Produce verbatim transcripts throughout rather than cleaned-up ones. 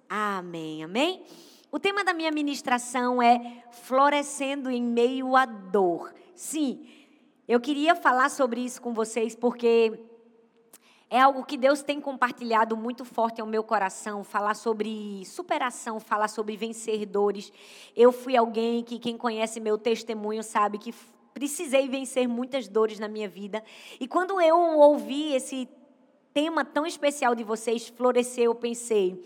Amém, amém? O tema da minha ministração é florescendo em meio à dor. Sim, eu queria falar sobre isso com vocês porque é algo que Deus tem compartilhado muito forte ao meu coração, falar sobre superação, falar sobre vencer dores. Eu fui alguém que, quem conhece meu testemunho sabe que precisei vencer muitas dores na minha vida. E quando eu ouvi esse tema tão especial de vocês, florescer, eu pensei,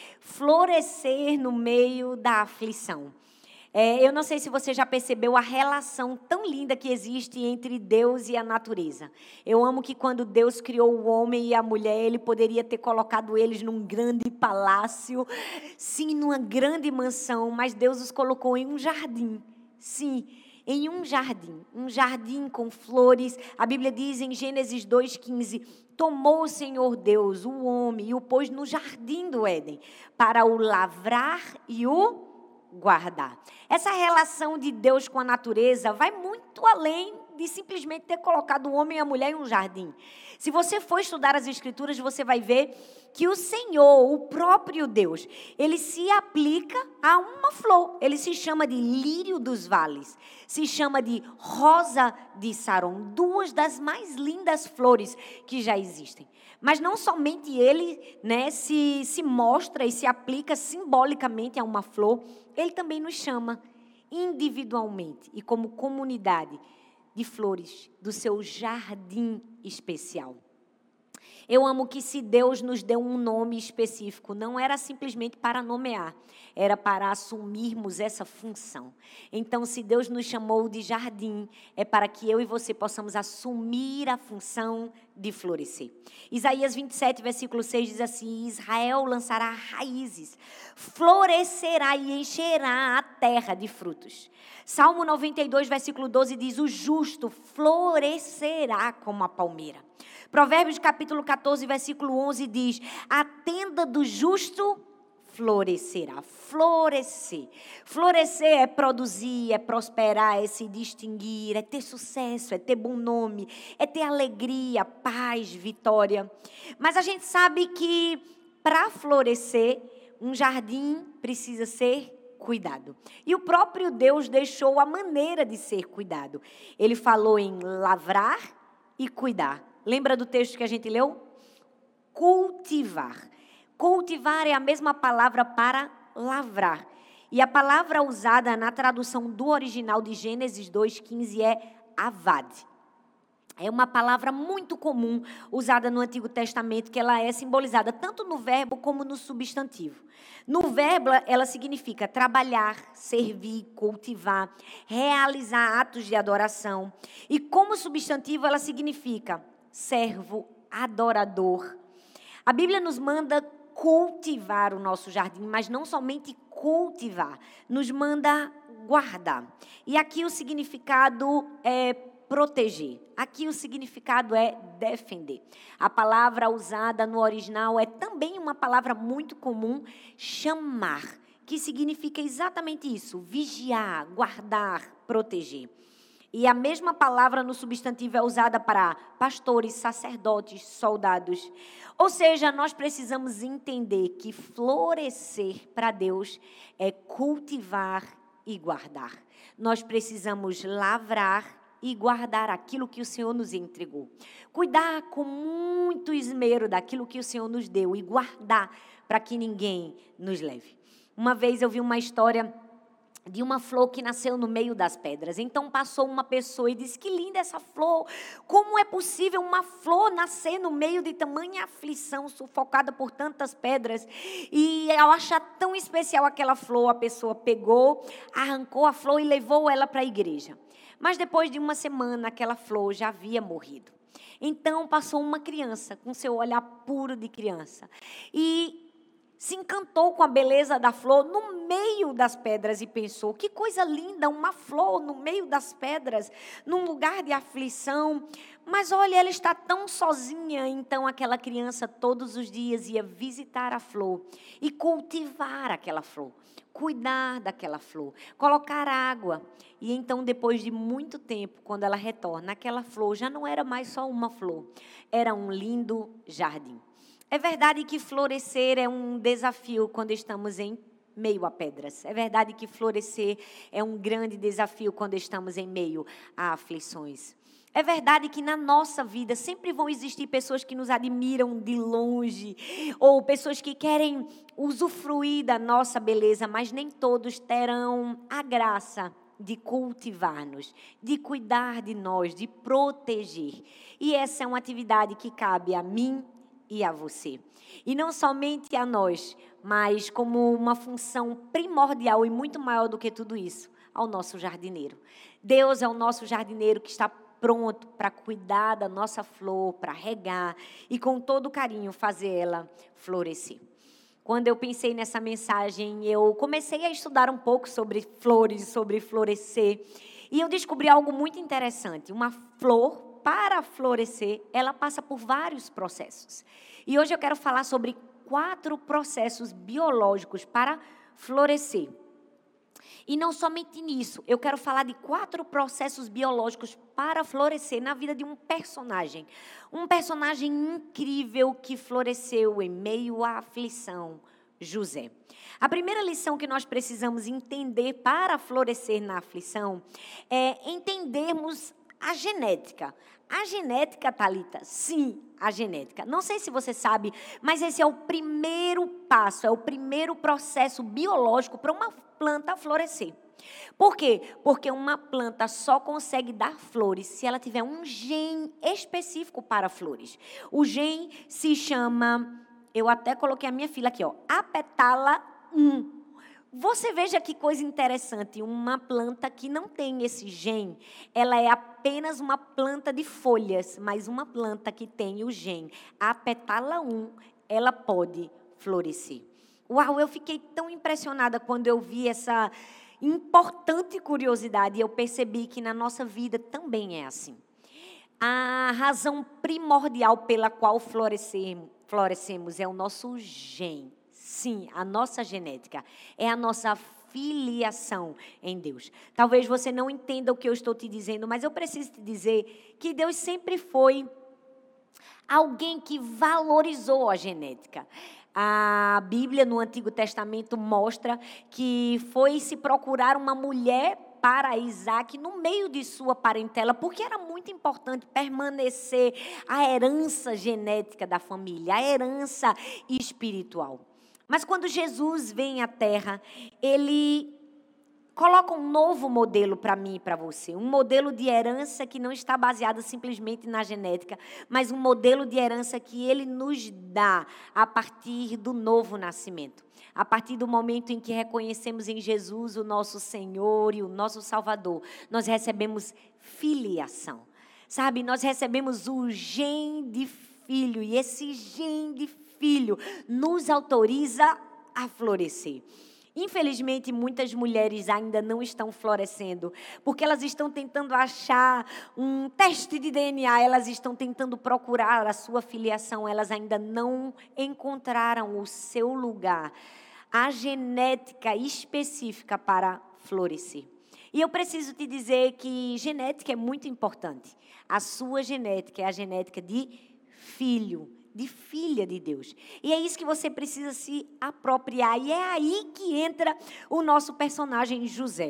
florescer no meio da aflição. É, eu não sei se você já percebeu a relação tão linda que existe entre Deus e a natureza. Eu amo que quando Deus criou o homem e a mulher, Ele poderia ter colocado eles num grande palácio, sim, numa grande mansão, mas Deus os colocou em um jardim, sim, em um jardim, um jardim com flores. A Bíblia diz em Gênesis dois, quinze, tomou o Senhor Deus o homem e o pôs no jardim do Éden, para o lavrar e o guardar. Essa relação de Deus com a natureza vai muito além de simplesmente ter colocado o homem e a mulher em um jardim. Se você for estudar as Escrituras, você vai ver que o Senhor, o próprio Deus, ele se aplica a uma flor. Ele se chama de lírio dos vales, se chama de rosa de Saron, duas das mais lindas flores que já existem. Mas não somente ele, né, se, se mostra e se aplica simbolicamente a uma flor, ele também nos chama individualmente e como comunidade de flores do seu jardim especial. Eu amo que se Deus nos deu um nome específico, não era simplesmente para nomear, era para assumirmos essa função. Então, se Deus nos chamou de jardim, é para que eu e você possamos assumir a função de florescer. Isaías vinte e sete, versículo seis diz assim, Israel lançará raízes, florescerá e encherá a terra de frutos. Salmo noventa e dois, versículo doze diz, o justo florescerá como a palmeira. Provérbios capítulo catorze, versículo onze diz, a tenda do justo florescerá, florescer. Florescer é produzir, é prosperar, é se distinguir, é ter sucesso, é ter bom nome, é ter alegria, paz, vitória. Mas a gente sabe que para florescer, um jardim precisa ser cuidado. E o próprio Deus deixou a maneira de ser cuidado. Ele falou em lavrar e cuidar. Lembra do texto que a gente leu? Cultivar. Cultivar é a mesma palavra para lavrar. E a palavra usada na tradução do original de Gênesis dois, quinze é avad. É uma palavra muito comum usada no Antigo Testamento, que ela é simbolizada tanto no verbo como no substantivo. No verbo, ela significa trabalhar, servir, cultivar, realizar atos de adoração. E como substantivo, ela significa servo, adorador. A Bíblia nos manda cultivar o nosso jardim, mas não somente cultivar, nos manda guardar. E aqui o significado é proteger. Aqui o significado é defender. A palavra usada no original é também uma palavra muito comum, chamar, que significa exatamente isso, vigiar, guardar, proteger. E a mesma palavra no substantivo é usada para pastores, sacerdotes, soldados. Ou seja, nós precisamos entender que florescer para Deus é cultivar e guardar. Nós precisamos lavrar e guardar aquilo que o Senhor nos entregou. Cuidar com muito esmero daquilo que o Senhor nos deu e guardar para que ninguém nos leve. Uma vez eu vi uma história de uma flor que nasceu no meio das pedras. Então passou uma pessoa e disse, que linda essa flor, como é possível uma flor nascer no meio de tamanha aflição, sufocada por tantas pedras? E ao achar tão especial aquela flor, a pessoa pegou, arrancou a flor e levou ela para a igreja. Mas depois de uma semana, aquela flor já havia morrido. Então passou uma criança, com seu olhar puro de criança, e se encantou com a beleza da flor no meio das pedras e pensou, que coisa linda, uma flor no meio das pedras, num lugar de aflição. Mas olha, ela está tão sozinha. Então aquela criança todos os dias ia visitar a flor e cultivar aquela flor, cuidar daquela flor, colocar água. E então, depois de muito tempo, quando ela retorna, aquela flor já não era mais só uma flor, era um lindo jardim. É verdade que florescer é um desafio quando estamos em meio a pedras. É verdade que florescer é um grande desafio quando estamos em meio a aflições. É verdade que na nossa vida sempre vão existir pessoas que nos admiram de longe, ou pessoas que querem usufruir da nossa beleza, mas nem todos terão a graça de cultivar-nos, de cuidar de nós, de proteger. E essa é uma atividade que cabe a mim e a você. E não somente a nós, mas como uma função primordial e muito maior do que tudo isso, ao nosso jardineiro. Deus é o nosso jardineiro que está pronto para cuidar da nossa flor, para regar e com todo carinho fazer ela florescer. Quando eu pensei nessa mensagem, eu comecei a estudar um pouco sobre flores, sobre florescer, e eu descobri algo muito interessante. Uma flor, para florescer, ela passa por vários processos. E hoje eu quero falar sobre quatro processos biológicos para florescer. E não somente nisso, eu quero falar de quatro processos biológicos para florescer na vida de um personagem. Um personagem incrível que floresceu em meio à aflição, José. A primeira lição que nós precisamos entender para florescer na aflição é entendermos a genética. A genética, Thalita, sim, a genética. Não sei se você sabe, mas esse é o primeiro passo, é o primeiro processo biológico para uma planta florescer. Por quê? Porque uma planta só consegue dar flores se ela tiver um gene específico para flores. O gene se chama, eu até coloquei a minha filha aqui, ó, apetala um. Você veja que coisa interessante, uma planta que não tem esse gene, ela é apenas uma planta de folhas, mas uma planta que tem o gene apetala um, ela pode florescer. Uau, eu fiquei tão impressionada quando eu vi essa importante curiosidade e eu percebi que na nossa vida também é assim. A razão primordial pela qual florescemos, florescemos é o nosso gene. Sim, a nossa genética, é a nossa filiação em Deus. Talvez você não entenda o que eu estou te dizendo, mas eu preciso te dizer que Deus sempre foi alguém que valorizou a genética. A Bíblia no Antigo Testamento mostra que foi se procurar uma mulher para Isaac no meio de sua parentela, porque era muito importante permanecer a herança genética da família, a herança espiritual. Mas quando Jesus vem à Terra, Ele coloca um novo modelo para mim e para você. Um modelo de herança que não está baseado simplesmente na genética, mas um modelo de herança que Ele nos dá a partir do novo nascimento. A partir do momento em que reconhecemos em Jesus o nosso Senhor e o nosso Salvador, nós recebemos filiação. Sabe, nós recebemos o gene de filho, e esse gene de filho, filho nos autoriza a florescer. Infelizmente, muitas mulheres ainda não estão florescendo, porque elas estão tentando achar um teste de D N A, elas estão tentando procurar a sua filiação, elas ainda não encontraram o seu lugar, a genética específica para florescer. E eu preciso te dizer que genética é muito importante. A sua genética é a genética de filho, de filha de Deus. E é isso que você precisa se apropriar. E é aí que entra o nosso personagem José.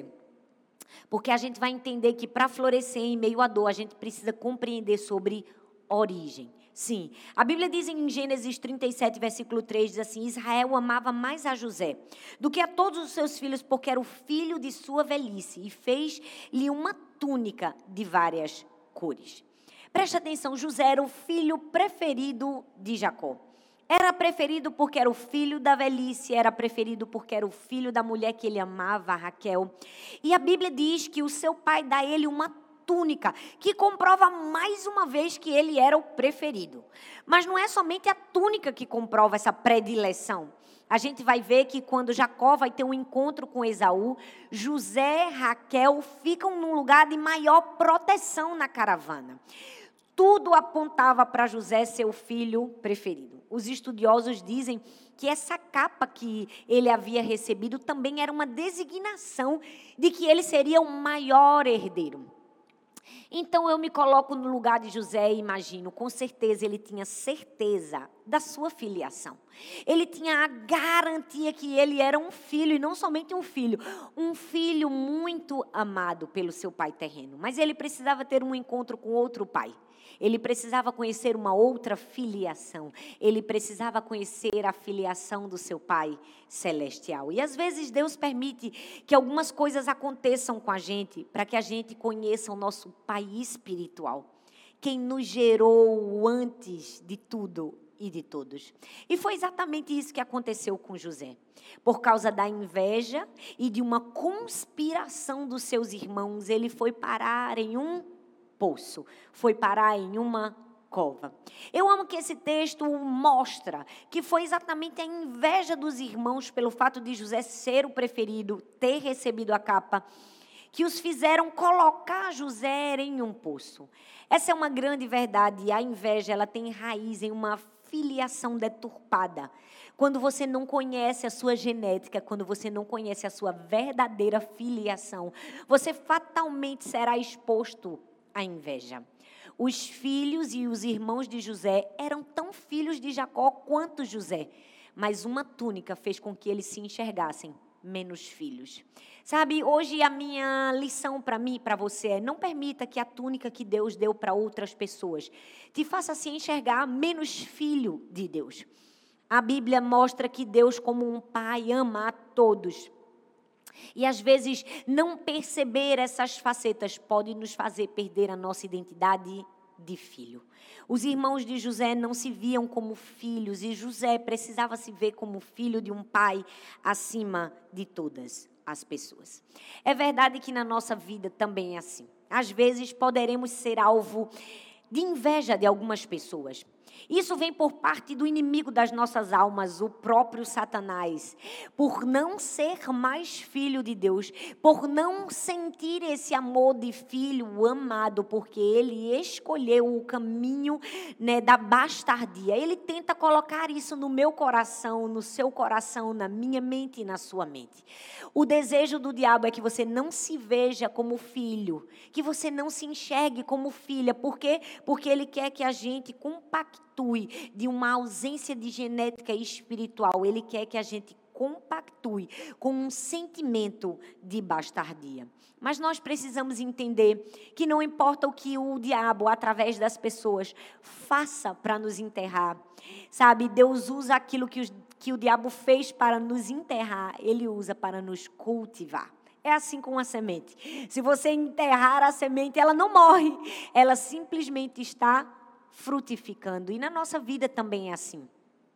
Porque a gente vai entender que para florescer em meio à dor, a gente precisa compreender sobre origem. Sim, a Bíblia diz em Gênesis trinta e sete, versículo três, diz assim: Israel amava mais a José do que a todos os seus filhos, porque era o filho de sua velhice, e fez-lhe uma túnica de várias cores. Preste atenção, José era o filho preferido de Jacó. Era preferido porque era o filho da velhice, era preferido porque era o filho da mulher que ele amava, Raquel. E a Bíblia diz que o seu pai dá a ele uma túnica, que comprova mais uma vez que ele era o preferido. Mas não é somente a túnica que comprova essa predileção. A gente vai ver que quando Jacó vai ter um encontro com Esaú, José e Raquel ficam num lugar de maior proteção na caravana. Tudo apontava para José ser o filho preferido. Os estudiosos dizem que essa capa que ele havia recebido também era uma designação de que ele seria o maior herdeiro. Então eu me coloco no lugar de José e imagino, com certeza ele tinha certeza da sua filiação. Ele tinha a garantia que ele era um filho, e não somente um filho, um filho muito amado pelo seu pai terreno. Mas ele precisava ter um encontro com outro pai. Ele precisava conhecer uma outra filiação. Ele precisava conhecer a filiação do seu Pai celestial. E às vezes Deus permite que algumas coisas aconteçam com a gente para que a gente conheça o nosso Pai espiritual. Quem nos gerou antes de tudo e de todos. E foi exatamente isso que aconteceu com José. Por causa da inveja e de uma conspiração dos seus irmãos, ele foi parar em um poço, foi parar em uma cova. Eu amo que esse texto mostra que foi exatamente a inveja dos irmãos pelo fato de José ser o preferido, ter recebido a capa, que os fizeram colocar José em um poço. Essa é uma grande verdade. A inveja, ela tem raiz em uma filiação deturpada. Quando você não conhece a sua genética, quando você não conhece a sua verdadeira filiação, você fatalmente será exposto à inveja. Os filhos e os irmãos de José eram tão filhos de Jacó quanto José, mas uma túnica fez com que eles se enxergassem menos filhos. Sabe, hoje a minha lição para mim e para você é: não permita que a túnica que Deus deu para outras pessoas te faça se enxergar menos filho de Deus. A Bíblia mostra que Deus, como um pai, ama a todos. E às vezes não perceber essas facetas pode nos fazer perder a nossa identidade de filho. Os irmãos de José não se viam como filhos e José precisava se ver como filho de um pai acima de todas as pessoas. É verdade que na nossa vida também é assim. Às vezes poderemos ser alvo de inveja de algumas pessoas. Isso vem por parte do inimigo das nossas almas, o próprio Satanás, por não ser mais filho de Deus, por não sentir esse amor de filho amado, porque ele escolheu o caminho, né, da bastardia. Ele tenta colocar isso no meu coração, no seu coração, na minha mente e na sua mente. O desejo do diabo é que você não se veja como filho, que você não se enxergue como filha. Por quê? Porque ele quer que a gente compactue de uma ausência de genética espiritual. Ele quer que a gente compactue com um sentimento de bastardia. Mas nós precisamos entender que não importa o que o diabo, através das pessoas, faça para nos enterrar. Sabe, Deus usa aquilo que, os, que o diabo fez para nos enterrar, ele usa para nos cultivar. É assim com a semente. Se você enterrar a semente, ela não morre. Ela simplesmente está frutificando. E na nossa vida também é assim.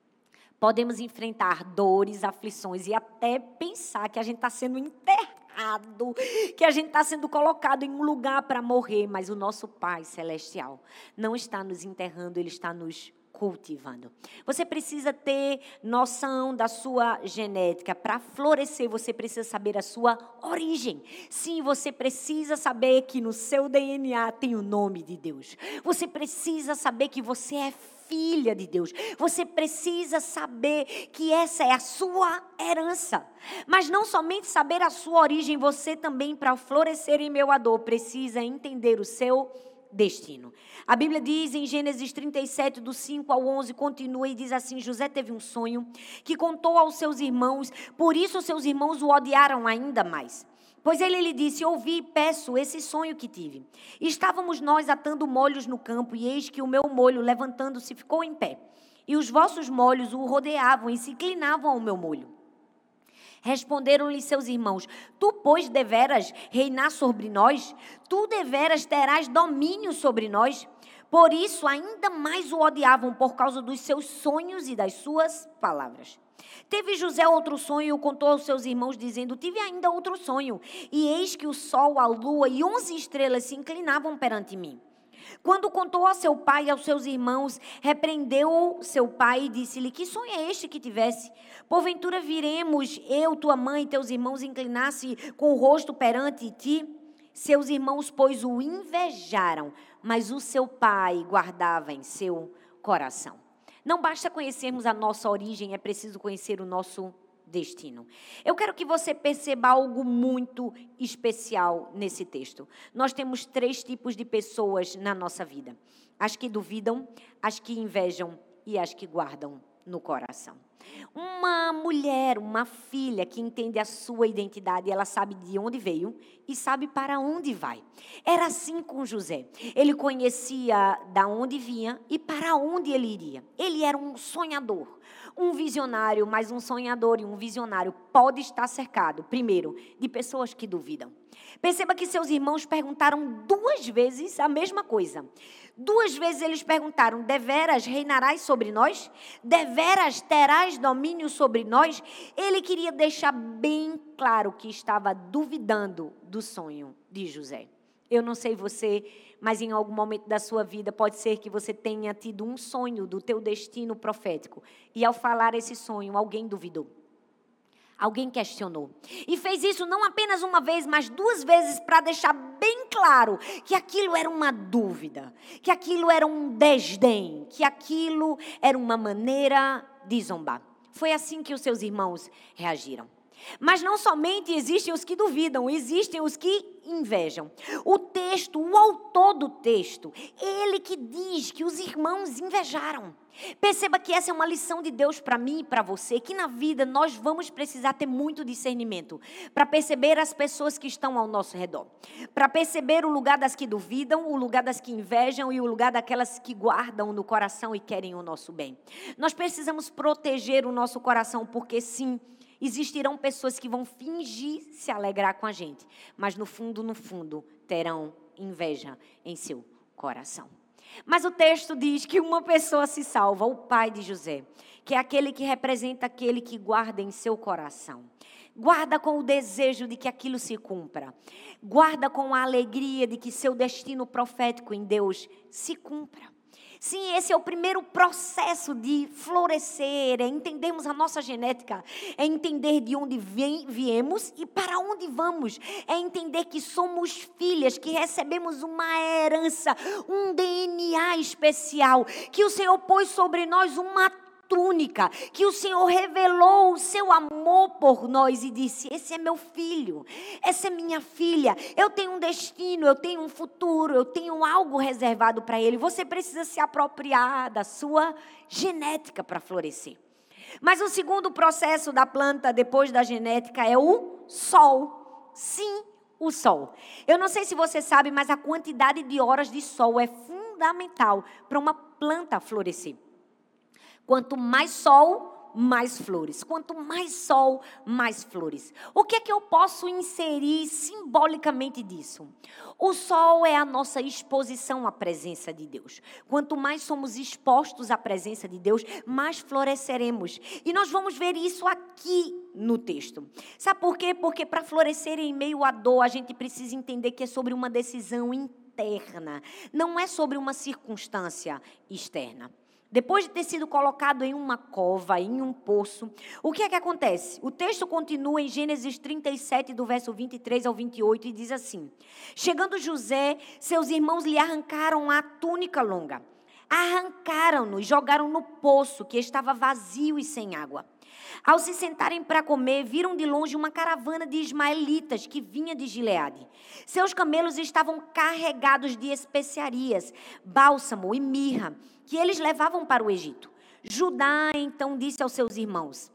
Podemos enfrentar dores, aflições e até pensar que a gente está sendo enterrado, que a gente está sendo colocado em um lugar para morrer, mas o nosso Pai Celestial não está nos enterrando, Ele está nos cultivando. Você precisa ter noção da sua genética. Para florescer, você precisa saber a sua origem. Sim, você precisa saber que no seu D N A tem o nome de Deus. Você precisa saber que você é filha de Deus. Você precisa saber que essa é a sua herança. Mas não somente saber a sua origem, você também, para florescer em meu ador, precisa entender o seu destino. A Bíblia diz em Gênesis trinta e sete, do cinco ao onze, continua e diz assim: José teve um sonho que contou aos seus irmãos, por isso seus irmãos o odiaram ainda mais. Pois ele lhe disse: ouvi e peço esse sonho que tive. Estávamos nós atando molhos no campo, e eis que o meu molho, levantando-se, ficou em pé. E os vossos molhos o rodeavam e se inclinavam ao meu molho. Responderam-lhe seus irmãos: tu, pois, deveras reinar sobre nós? Tu deveras terás domínio sobre nós? Por isso, ainda mais o odiavam por causa dos seus sonhos e das suas palavras. Teve José outro sonho e o contou aos seus irmãos, dizendo: tive ainda outro sonho, e eis que o sol, a lua e onze estrelas se inclinavam perante mim. Quando contou a seu pai e aos seus irmãos, repreendeu seu pai e disse-lhe: que sonho é este que tivesse? Porventura viremos eu, tua mãe e teus irmãos inclinar-se com o rosto perante ti? Seus irmãos, pois, o invejaram, mas o seu pai guardava em seu coração. Não basta conhecermos a nossa origem, é preciso conhecer o nosso destino. Eu quero que você perceba algo muito especial nesse texto. Nós temos três tipos de pessoas na nossa vida: as que duvidam, as que invejam e as que guardam no coração. Uma mulher, uma filha que entende a sua identidade, ela sabe de onde veio e sabe para onde vai. Era assim com José. Ele conhecia da onde vinha e para onde ele iria. Ele era um sonhador, um visionário, mas um sonhador e um visionário pode estar cercado, primeiro, de pessoas que duvidam. Perceba que seus irmãos perguntaram duas vezes a mesma coisa. Duas vezes eles perguntaram: deveras reinarás sobre nós? Deveras terás domínio sobre nós? Ele queria deixar bem claro que estava duvidando do sonho de José. Eu não sei você, mas em algum momento da sua vida pode ser que você tenha tido um sonho do teu destino profético. E ao falar esse sonho, alguém duvidou. Alguém questionou. E fez isso não apenas uma vez, mas duas vezes para deixar bem claro que aquilo era uma dúvida, que aquilo era um desdém, que aquilo era uma maneira de zombar. Foi assim que os seus irmãos reagiram. Mas não somente existem os que duvidam, existem os que invejam. O texto, o autor do texto, ele que diz que os irmãos invejaram. Perceba que essa é uma lição de Deus para mim e para você, que na vida nós vamos precisar ter muito discernimento para perceber as pessoas que estão ao nosso redor, para perceber o lugar das que duvidam, o lugar das que invejam e o lugar daquelas que guardam no coração e querem o nosso bem. Nós precisamos proteger o nosso coração, porque sim, existirão pessoas que vão fingir se alegrar com a gente, mas no fundo, no fundo, terão inveja em seu coração. Mas o texto diz que uma pessoa se salva, o pai de José, que é aquele que representa aquele que guarda em seu coração. Guarda com o desejo de que aquilo se cumpra. Guarda com a alegria de que seu destino profético em Deus se cumpra. Sim, esse é o primeiro processo de florescer, é entendermos a nossa genética, é entender de onde vem, viemos e para onde vamos, é entender que somos filhas, que recebemos uma herança, um D N A especial, que o Senhor pôs sobre nós uma túnica, que o Senhor revelou o seu amor por nós e disse: esse é meu filho, essa é minha filha, eu tenho um destino, eu tenho um futuro, eu tenho algo reservado para ele. Você precisa se apropriar da sua genética para florescer. Mas o segundo processo da planta depois da genética é o sol. Sim, o sol. Eu não sei se você sabe, mas a quantidade de horas de sol é fundamental para uma planta florescer. Quanto mais sol, mais flores. Quanto mais sol, mais flores. O que é que eu posso inserir simbolicamente disso? O sol é a nossa exposição à presença de Deus. Quanto mais somos expostos à presença de Deus, mais floresceremos. E nós vamos ver isso aqui no texto. Sabe por quê? Porque para florescer em meio à dor, a gente precisa entender que é sobre uma decisão interna. Não é sobre uma circunstância externa. Depois de ter sido colocado em uma cova, em um poço, o que é que acontece? O texto continua em Gênesis trinta e sete, do verso vinte e três ao vinte e oito, e diz assim: chegando José, seus irmãos lhe arrancaram a túnica longa. Arrancaram-no e jogaram no poço, que estava vazio e sem água. Ao se sentarem para comer, viram de longe uma caravana de ismaelitas que vinha de Gileade. Seus camelos estavam carregados de especiarias, bálsamo e mirra, que eles levavam para o Egito. Judá então disse aos seus irmãos: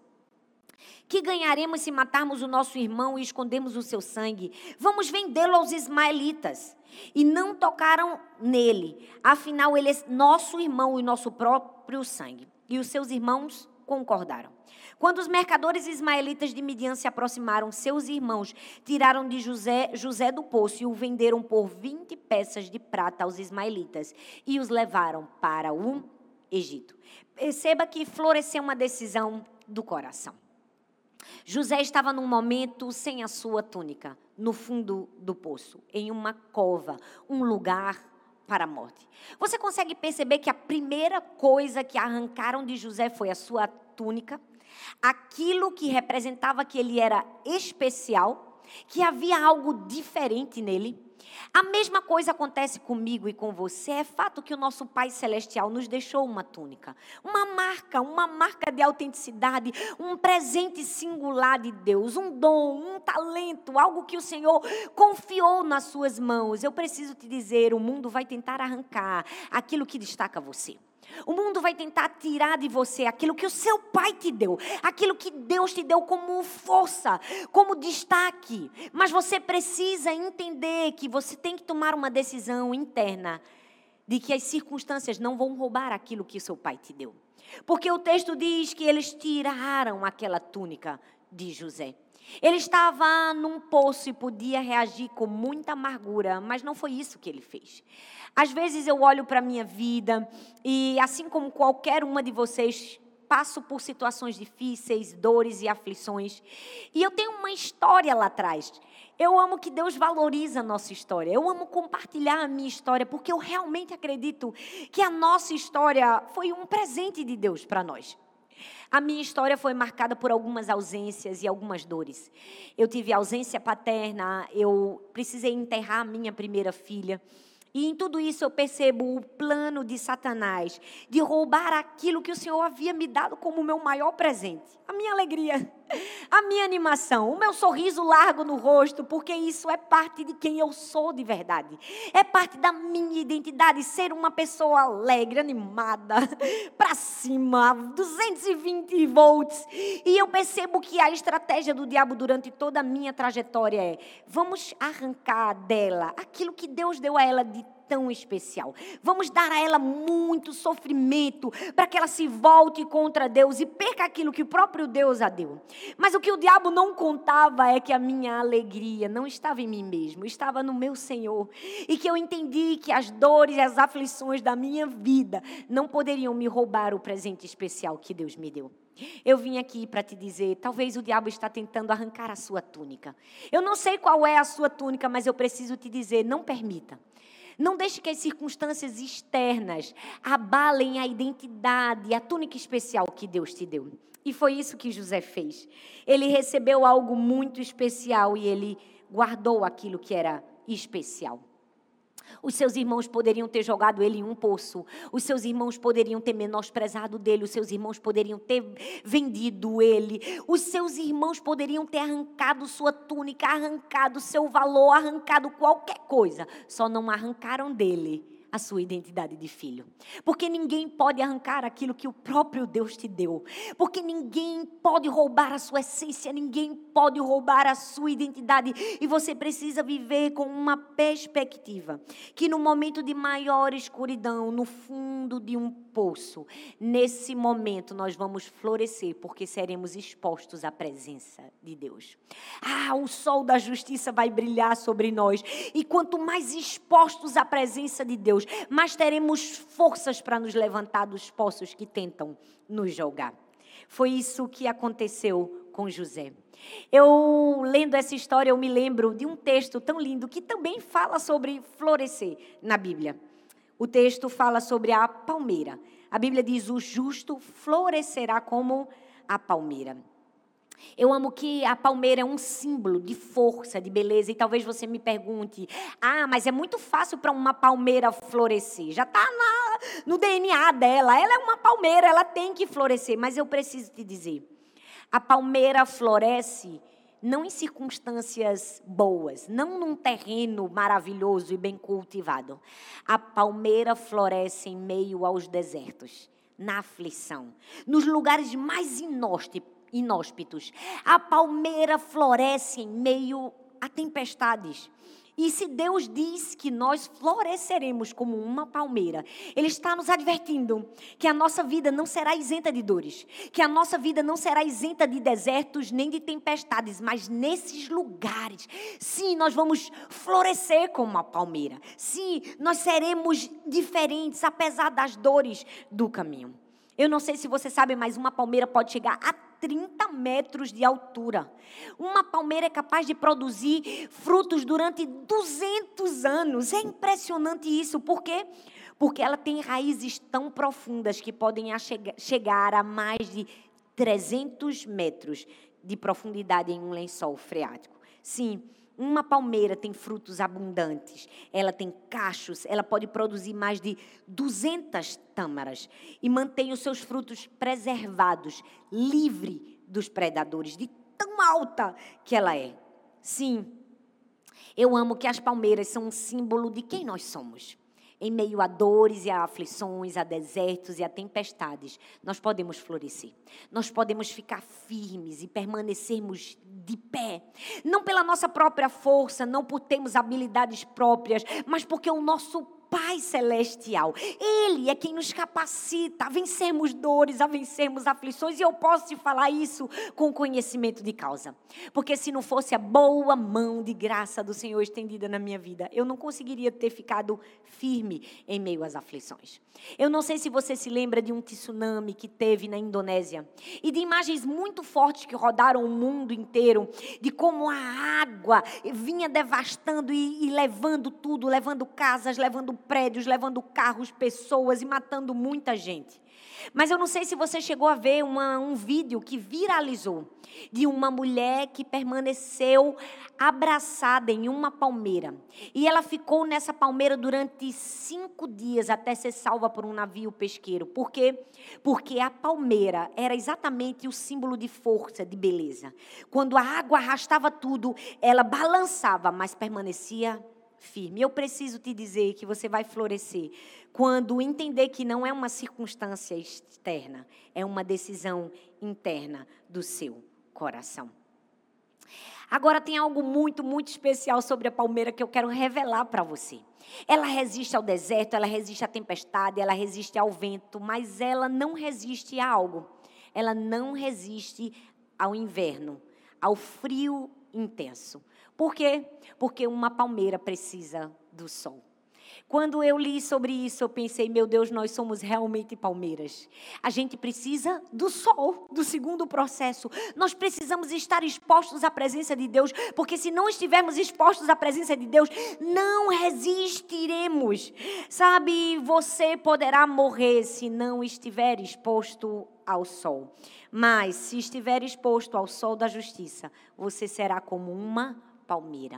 que ganharemos se matarmos o nosso irmão e escondermos o seu sangue? Vamos vendê-lo aos ismaelitas. E não tocaram nele, afinal ele é nosso irmão e nosso próprio sangue. E os seus irmãos concordaram. Quando os mercadores ismaelitas de Midian se aproximaram, seus irmãos tiraram de José, José do poço e o venderam por vinte peças de prata aos ismaelitas e os levaram para o Egito. Perceba que floresceu uma decisão do coração. José estava num momento sem a sua túnica, no fundo do poço, em uma cova, um lugar para a morte. Você consegue perceber que a primeira coisa que arrancaram de José foi a sua túnica? Aquilo que representava que ele era especial, que havia algo diferente nele. A mesma coisa acontece comigo e com você. É fato que o nosso Pai Celestial nos deixou uma túnica, uma marca, uma marca de autenticidade, um presente singular de Deus, um dom, um talento, algo que o Senhor confiou nas suas mãos. Eu preciso te dizer, o mundo vai tentar arrancar aquilo que destaca você. O mundo vai tentar tirar de você aquilo que o seu pai te deu, aquilo que Deus te deu como força, como destaque. Mas você precisa entender que você tem que tomar uma decisão interna de que as circunstâncias não vão roubar aquilo que o seu pai te deu. Porque o texto diz que eles tiraram aquela túnica de José. Ele estava num poço e podia reagir com muita amargura, mas não foi isso que ele fez. Às vezes eu olho para a minha vida e, assim como qualquer uma de vocês, passo por situações difíceis, dores e aflições. E eu tenho uma história lá atrás. Eu amo que Deus valoriza a nossa história. Eu amo compartilhar a minha história, porque eu realmente acredito que a nossa história foi um presente de Deus para nós. A minha história foi marcada por algumas ausências e algumas dores. Eu tive ausência paterna, eu precisei enterrar a minha primeira filha. E em tudo isso eu percebo o plano de Satanás de roubar aquilo que o Senhor havia me dado como o meu maior presente. A minha alegria, a minha animação, o meu sorriso largo no rosto, porque isso é parte de quem eu sou de verdade. É parte da minha identidade, ser uma pessoa alegre, animada, para cima, duzentos e vinte volts. E eu percebo que a estratégia do diabo durante toda a minha trajetória é: vamos arrancar dela aquilo que Deus deu a ela de tão especial. Vamos dar a ela muito sofrimento para que ela se volte contra Deus e perca aquilo que o próprio Deus a deu. Mas o que o diabo não contava é que a minha alegria não estava em mim mesmo, estava no meu Senhor. E que eu entendi que as dores e as aflições da minha vida não poderiam me roubar o presente especial que Deus me deu. Eu vim aqui para te dizer, talvez o diabo está tentando arrancar a sua túnica. Eu não sei qual é a sua túnica, mas eu preciso te dizer, não permita. Não deixe que as circunstâncias externas abalem a identidade, a túnica especial que Deus te deu. E foi isso que José fez. Ele recebeu algo muito especial e ele guardou aquilo que era especial. Os seus irmãos poderiam ter jogado ele em um poço. Os seus irmãos poderiam ter menosprezado dele. Os seus irmãos poderiam ter vendido ele. Os seus irmãos poderiam ter arrancado sua túnica, arrancado seu valor, arrancado qualquer coisa. Só não arrancaram dele a sua identidade de filho. Porque ninguém pode arrancar aquilo que o próprio Deus te deu. Porque ninguém pode roubar a sua essência, ninguém pode roubar a sua identidade. E você precisa viver com uma perspectiva que no momento de maior escuridão, no fundo de um poço, nesse momento nós vamos florescer, porque seremos expostos à presença de Deus. Ah, o sol da justiça vai brilhar sobre nós. E quanto mais expostos à presença de Deus, mas teremos forças para nos levantar dos poços que tentam nos jogar. Foi isso que aconteceu com José. Eu, lendo essa história, eu me lembro de um texto tão lindo que também fala sobre florescer na Bíblia. O texto fala sobre a palmeira. A Bíblia diz: o justo florescerá como a palmeira. Eu amo que a palmeira é um símbolo de força, de beleza. E talvez você me pergunte: ah, mas é muito fácil para uma palmeira florescer. Já está no D N A dela. Ela é uma palmeira, ela tem que florescer. Mas eu preciso te dizer, a palmeira floresce não em circunstâncias boas, não num terreno maravilhoso e bem cultivado. A palmeira floresce em meio aos desertos, na aflição, nos lugares mais inóspitos. inóspitos. A palmeira floresce em meio a tempestades. E se Deus diz que nós floresceremos como uma palmeira, Ele está nos advertindo que a nossa vida não será isenta de dores, que a nossa vida não será isenta de desertos nem de tempestades, mas nesses lugares, sim, nós vamos florescer como uma palmeira. Sim, nós seremos diferentes, apesar das dores do caminho. Eu não sei se você sabe, mas uma palmeira pode chegar a trinta metros de altura. Uma palmeira é capaz de produzir frutos durante duzentos anos. É impressionante isso. Por quê? Porque ela tem raízes tão profundas que podem chegar a mais de trezentos metros de profundidade em um lençol freático. Sim, uma palmeira tem frutos abundantes, ela tem cachos, ela pode produzir mais de duzentas tâmaras e mantém os seus frutos preservados, livre dos predadores, de tão alta que ela é. Sim, eu amo que as palmeiras são um símbolo de quem nós somos. Em meio a dores e a aflições, a desertos e a tempestades, nós podemos florescer. Nós podemos ficar firmes e permanecermos de pé. Não pela nossa própria força, não por termos habilidades próprias, mas porque o nosso Pai Celestial, Ele é quem nos capacita a vencermos dores, a vencermos aflições. E eu posso te falar isso com conhecimento de causa. Porque se não fosse a boa mão de graça do Senhor estendida na minha vida, eu não conseguiria ter ficado firme em meio às aflições. Eu não sei se você se lembra de um tsunami que teve na Indonésia. E de imagens muito fortes que rodaram o mundo inteiro. De como a água vinha devastando e, e levando tudo, levando casas, levando prédios, levando carros, pessoas e matando muita gente. Mas eu não sei se você chegou a ver uma, um vídeo que viralizou de uma mulher que permaneceu abraçada em uma palmeira. E ela ficou nessa palmeira durante cinco dias até ser salva por um navio pesqueiro. Por quê? Porque a palmeira era exatamente o símbolo de força, de beleza. Quando a água arrastava tudo, ela balançava, mas permanecia firme. Eu preciso te dizer que você vai florescer quando entender que não é uma circunstância externa, é uma decisão interna do seu coração. Agora tem algo muito, muito especial sobre a palmeira que eu quero revelar para você. Ela resiste ao deserto, ela resiste à tempestade, ela resiste ao vento, mas ela não resiste a algo. Ela não resiste ao inverno, ao frio intenso. Por quê? Porque uma palmeira precisa do sol. Quando eu li sobre isso, eu pensei, meu Deus, nós somos realmente palmeiras. A gente precisa do sol, do segundo processo. Nós precisamos estar expostos à presença de Deus, porque se não estivermos expostos à presença de Deus, não resistiremos. Sabe, você poderá morrer se não estiver exposto ao sol. Mas se estiver exposto ao sol da justiça, você será como uma palmeira,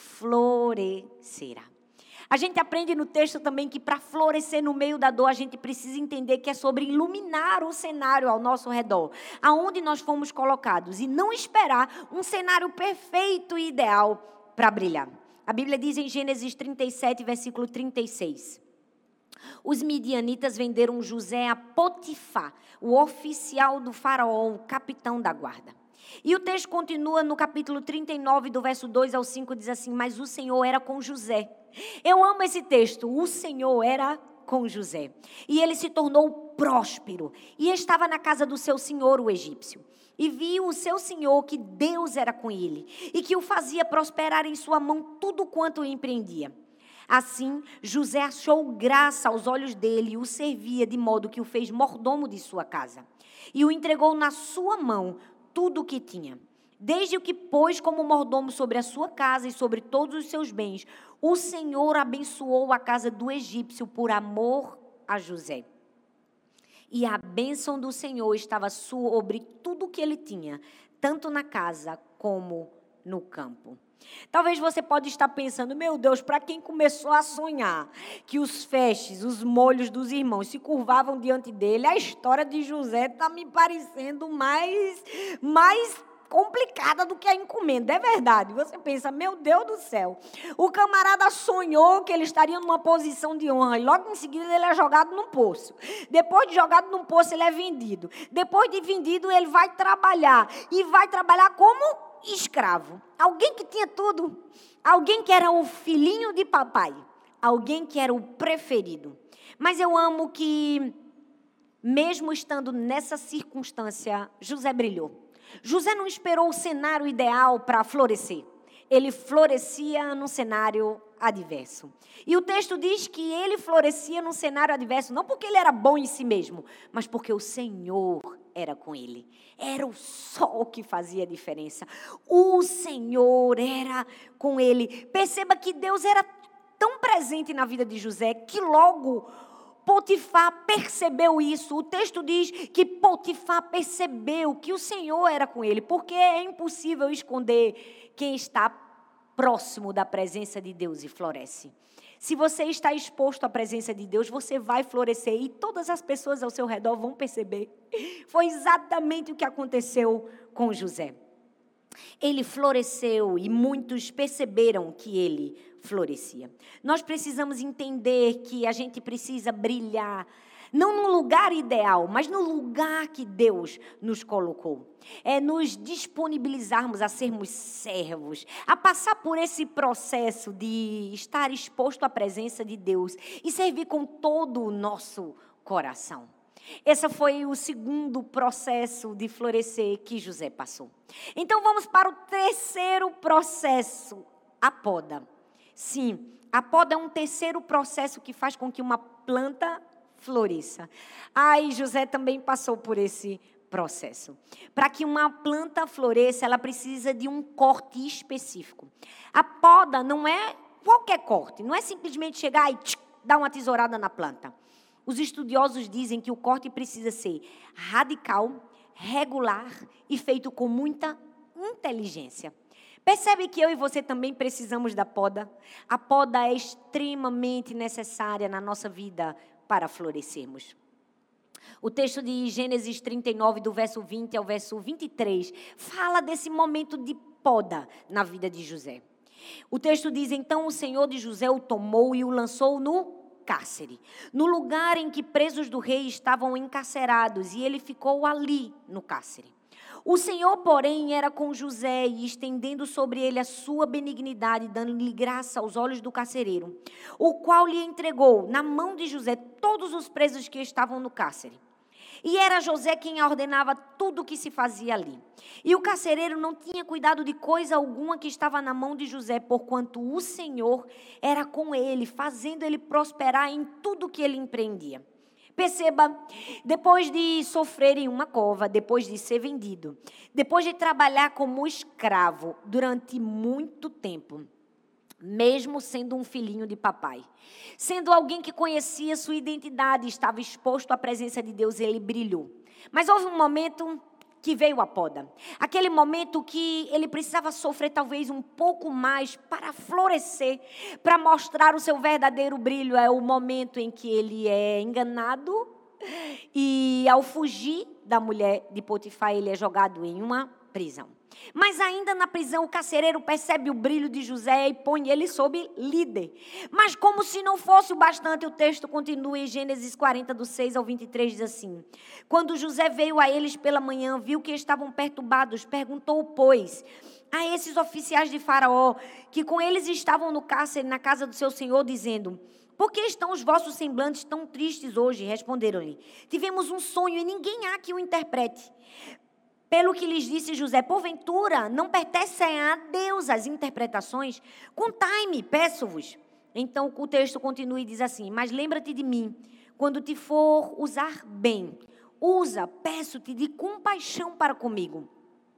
florescerá. A gente aprende no texto também que para florescer no meio da dor, a gente precisa entender que é sobre iluminar o cenário ao nosso redor, aonde nós fomos colocados, e não esperar um cenário perfeito e ideal para brilhar. A Bíblia diz em Gênesis trinta e sete, versículo trinta e seis. Os midianitas venderam José a Potifar, o oficial do faraó, o capitão da guarda. E o texto continua no capítulo trinta e nove, do verso dois ao cinco, diz assim, mas o Senhor era com José. Eu amo esse texto, o Senhor era com José. E ele se tornou próspero e estava na casa do seu senhor, o egípcio. E viu o seu senhor que Deus era com ele e que o fazia prosperar em sua mão tudo quanto empreendia. Assim, José achou graça aos olhos dele e o servia de modo que o fez mordomo de sua casa. E o entregou na sua mão tudo o que tinha. Desde o que pôs como mordomo sobre a sua casa e sobre todos os seus bens, o Senhor abençoou a casa do egípcio por amor a José. E a bênção do Senhor estava sobre tudo o que ele tinha, tanto na casa como no campo. Talvez você pode estar pensando, meu Deus, para quem começou a sonhar que os feixes, os molhos dos irmãos se curvavam diante dele, a história de José está me parecendo mais, mais complicada do que a encomenda. É verdade, você pensa, meu Deus do céu, o camarada sonhou que ele estaria numa posição de honra e logo em seguida ele é jogado num poço. Depois de jogado num poço ele é vendido. Depois de vendido ele vai trabalhar e vai trabalhar como escravo. Alguém que tinha tudo. Alguém que era o filhinho de papai. Alguém que era o preferido. Mas eu amo que, mesmo estando nessa circunstância, José brilhou. José não esperou o cenário ideal para florescer. Ele florescia num cenário adverso. E o texto diz que ele florescia num cenário adverso, não porque ele era bom em si mesmo, mas porque o Senhor era com ele. Era o sol que fazia a diferença. O Senhor era com ele. Perceba que Deus era tão presente na vida de José que logo Potifar percebeu isso. O texto diz que Potifar percebeu que o Senhor era com ele, porque é impossível esconder quem está próximo da presença de Deus e floresce. Se você está exposto à presença de Deus, você vai florescer e todas as pessoas ao seu redor vão perceber. Foi exatamente o que aconteceu com José. Ele floresceu e muitos perceberam que ele florescia. Nós precisamos entender que a gente precisa brilhar, não no lugar ideal, mas no lugar que Deus nos colocou. É nos disponibilizarmos a sermos servos, a passar por esse processo de estar exposto à presença de Deus e servir com todo o nosso coração. Esse foi o segundo processo de florescer que José passou. Então vamos para o terceiro processo, a poda. Sim, a poda é um terceiro processo que faz com que uma planta floresça. Ah, e José também passou por esse processo. Para que uma planta floresça, ela precisa de um corte específico. A poda não é qualquer corte, não é simplesmente chegar e tchic, dar uma tesourada na planta. Os estudiosos dizem que o corte precisa ser radical, regular e feito com muita inteligência. Percebe que eu e você também precisamos da poda? A poda é extremamente necessária na nossa vida para florescermos. O texto de Gênesis trinta e nove, do verso vinte ao verso vinte e três, fala desse momento de poda na vida de José. O texto diz, então o Senhor de José o tomou e o lançou no cárcere, no lugar em que presos do rei estavam encarcerados, e ele ficou ali no cárcere. O Senhor, porém, era com José e estendendo sobre ele a sua benignidade, dando-lhe graça aos olhos do carcereiro, o qual lhe entregou na mão de José todos os presos que estavam no cárcere. E era José quem ordenava tudo o que se fazia ali. E o carcereiro não tinha cuidado de coisa alguma que estava na mão de José, porquanto o Senhor era com ele, fazendo ele prosperar em tudo que ele empreendia. Perceba, depois de sofrer em uma cova, depois de ser vendido, depois de trabalhar como escravo durante muito tempo, mesmo sendo um filhinho de papai, sendo alguém que conhecia sua identidade, estava exposto à presença de Deus, ele brilhou. Mas houve um momento que veio a poda. Aquele momento que ele precisava sofrer talvez um pouco mais para florescer, para mostrar o seu verdadeiro brilho. É o momento em que ele é enganado e ao fugir da mulher de Potifar, ele é jogado em uma prisão. Mas ainda na prisão, o carcereiro percebe o brilho de José e põe ele sob líder. Mas como se não fosse o bastante, o texto continua em Gênesis quarenta, do seis ao vinte e três, diz assim. Quando José veio a eles pela manhã, viu que estavam perturbados, perguntou, pois, a esses oficiais de Faraó, que com eles estavam no cárcere, na casa do seu senhor, dizendo, por que estão os vossos semblantes tão tristes hoje? Responderam-lhe, tivemos um sonho e ninguém há que o interprete. Pelo que lhes disse José, porventura, não pertencem a Deus as interpretações? Contai-me, peço-vos. Então o texto continua e diz assim, mas lembra-te de mim, quando te for usar bem, usa, peço-te, de compaixão para comigo.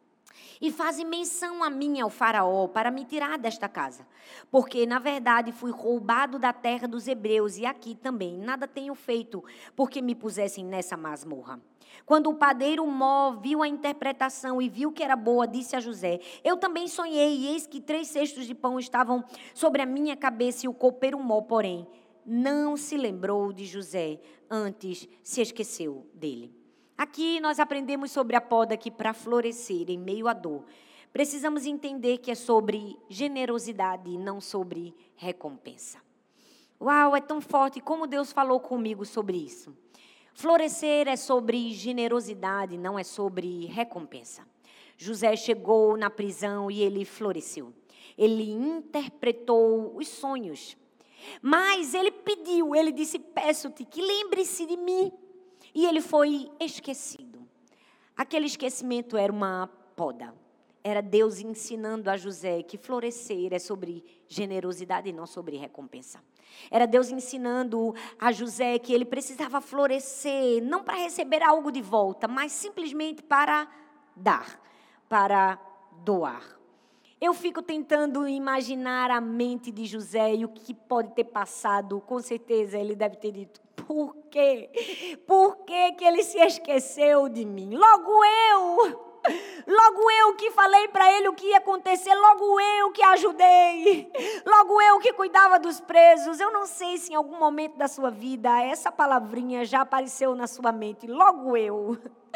E faze menção a mim ao faraó, para me tirar desta casa. Porque, na verdade, fui roubado da terra dos hebreus, e aqui também nada tenho feito, porque me pusessem nessa masmorra. Quando o padeiro Mó viu a interpretação e viu que era boa, disse a José, eu também sonhei, e eis que três cestos de pão estavam sobre a minha cabeça, e o copeiro Mó, porém, não se lembrou de José, antes se esqueceu dele. Aqui nós aprendemos sobre a poda que para florescer em meio à dor, precisamos entender que é sobre generosidade e não sobre recompensa. Uau, é tão forte como Deus falou comigo sobre isso. Florescer é sobre generosidade, não é sobre recompensa. José chegou na prisão e ele floresceu. Ele interpretou os sonhos. Mas ele pediu, ele disse, peço-te que lembre-se de mim. E ele foi esquecido. Aquele esquecimento era uma poda. Era Deus ensinando a José que florescer é sobre generosidade e não sobre recompensa. Era Deus ensinando a José que ele precisava florescer, não para receber algo de volta, mas simplesmente para dar, para doar. Eu fico tentando imaginar a mente de José e o que pode ter passado. Com certeza ele deve ter dito, por quê? Por que que ele se esqueceu de mim? Logo eu! Logo eu que falei para ele o que ia acontecer, logo eu que ajudei, logo eu que cuidava dos presos. Eu não sei se em algum momento da sua vida essa palavrinha já apareceu na sua mente, logo eu.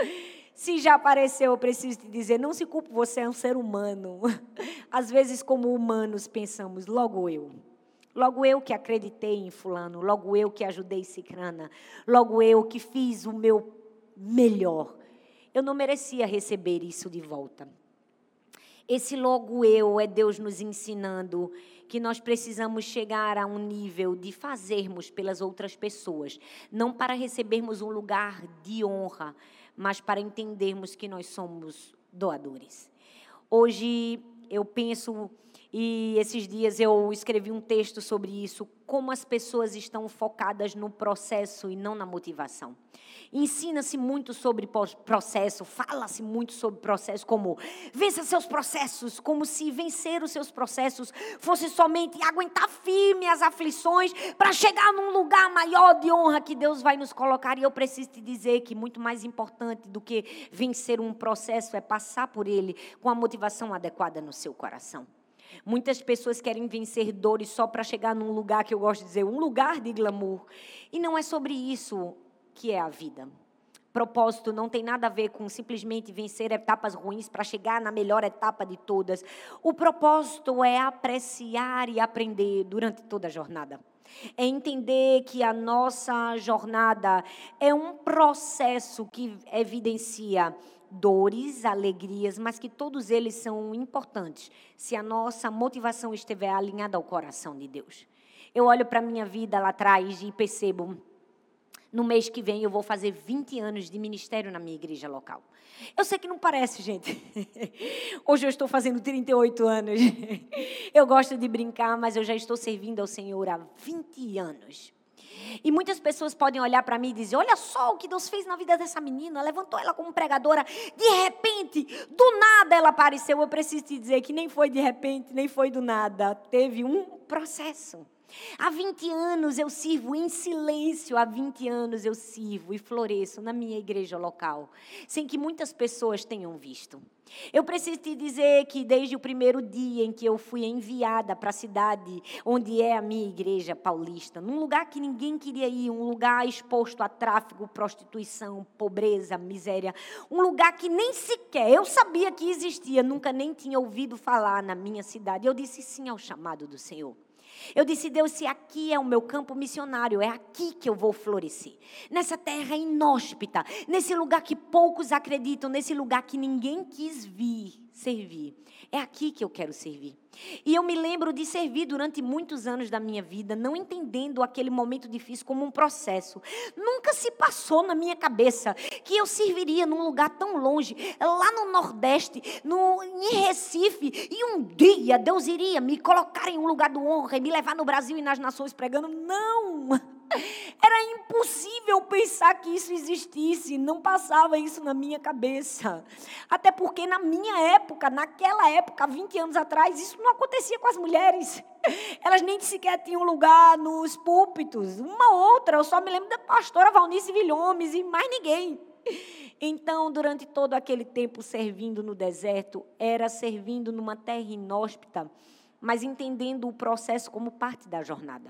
Se já apareceu, eu preciso te dizer, não se culpe, você é um ser humano. Às vezes, como humanos, pensamos, logo eu. Logo eu que acreditei em fulano, logo eu que ajudei cicrana, logo eu que fiz o meu melhor. Eu não merecia receber isso de volta. Esse logo eu é Deus nos ensinando que nós precisamos chegar a um nível de fazermos pelas outras pessoas, não para recebermos um lugar de honra, mas para entendermos que nós somos doadores. Hoje eu penso, e esses dias eu escrevi um texto sobre isso, como as pessoas estão focadas no processo e não na motivação. Ensina-se muito sobre processo, fala-se muito sobre processo, como vença seus processos, como se vencer os seus processos fosse somente aguentar firme as aflições para chegar num lugar maior de honra que Deus vai nos colocar. E eu preciso te dizer que muito mais importante do que vencer um processo é passar por ele com a motivação adequada no seu coração. Muitas pessoas querem vencer dores só para chegar num lugar que eu gosto de dizer, um lugar de glamour. E não é sobre isso que é a vida. Propósito não tem nada a ver com simplesmente vencer etapas ruins para chegar na melhor etapa de todas. O propósito é apreciar e aprender durante toda a jornada. É entender que a nossa jornada é um processo que evidencia dores, alegrias, mas que todos eles são importantes se a nossa motivação estiver alinhada ao coração de Deus. Eu olho para a minha vida lá atrás e percebo, no mês que vem eu vou fazer vinte anos de ministério na minha igreja local. Eu sei que não parece, gente. Hoje eu estou fazendo trinta e oito anos. Eu gosto de brincar, mas eu já estou servindo ao Senhor há vinte anos. E muitas pessoas podem olhar para mim e dizer, olha só o que Deus fez na vida dessa menina, levantou ela como pregadora, de repente, do nada ela apareceu. Eu preciso te dizer que nem foi de repente, nem foi do nada, teve um processo. Há vinte anos eu sirvo em silêncio, há vinte anos eu sirvo e floresço na minha igreja local, sem que muitas pessoas tenham visto. Eu preciso te dizer que desde o primeiro dia em que eu fui enviada para a cidade onde é a minha igreja paulista, num lugar que ninguém queria ir, um lugar exposto a tráfico, prostituição, pobreza, miséria, um lugar que nem sequer eu sabia que existia, nunca nem tinha ouvido falar na minha cidade. Eu disse sim ao chamado do Senhor. Eu disse, Deus, se aqui é o meu campo missionário, é aqui que eu vou florescer. Nessa terra inóspita, nesse lugar que poucos acreditam, nesse lugar que ninguém quis vir, servir. É aqui que eu quero servir. E eu me lembro de servir durante muitos anos da minha vida, não entendendo aquele momento difícil como um processo. Nunca se passou na minha cabeça que eu serviria num lugar tão longe, lá no Nordeste, no, em Recife, e um dia Deus iria me colocar em um lugar de honra e me levar no Brasil e nas nações pregando. Não! Era impossível pensar que isso existisse, não passava isso na minha cabeça. Até porque na minha época, naquela época, vinte anos atrás, isso não acontecia com as mulheres. Elas nem sequer tinham lugar nos púlpitos. Uma outra, eu só me lembro da pastora Valnice Vilhomes e mais ninguém. Então, durante todo aquele tempo servindo no deserto, era servindo numa terra inóspita, mas entendendo o processo como parte da jornada.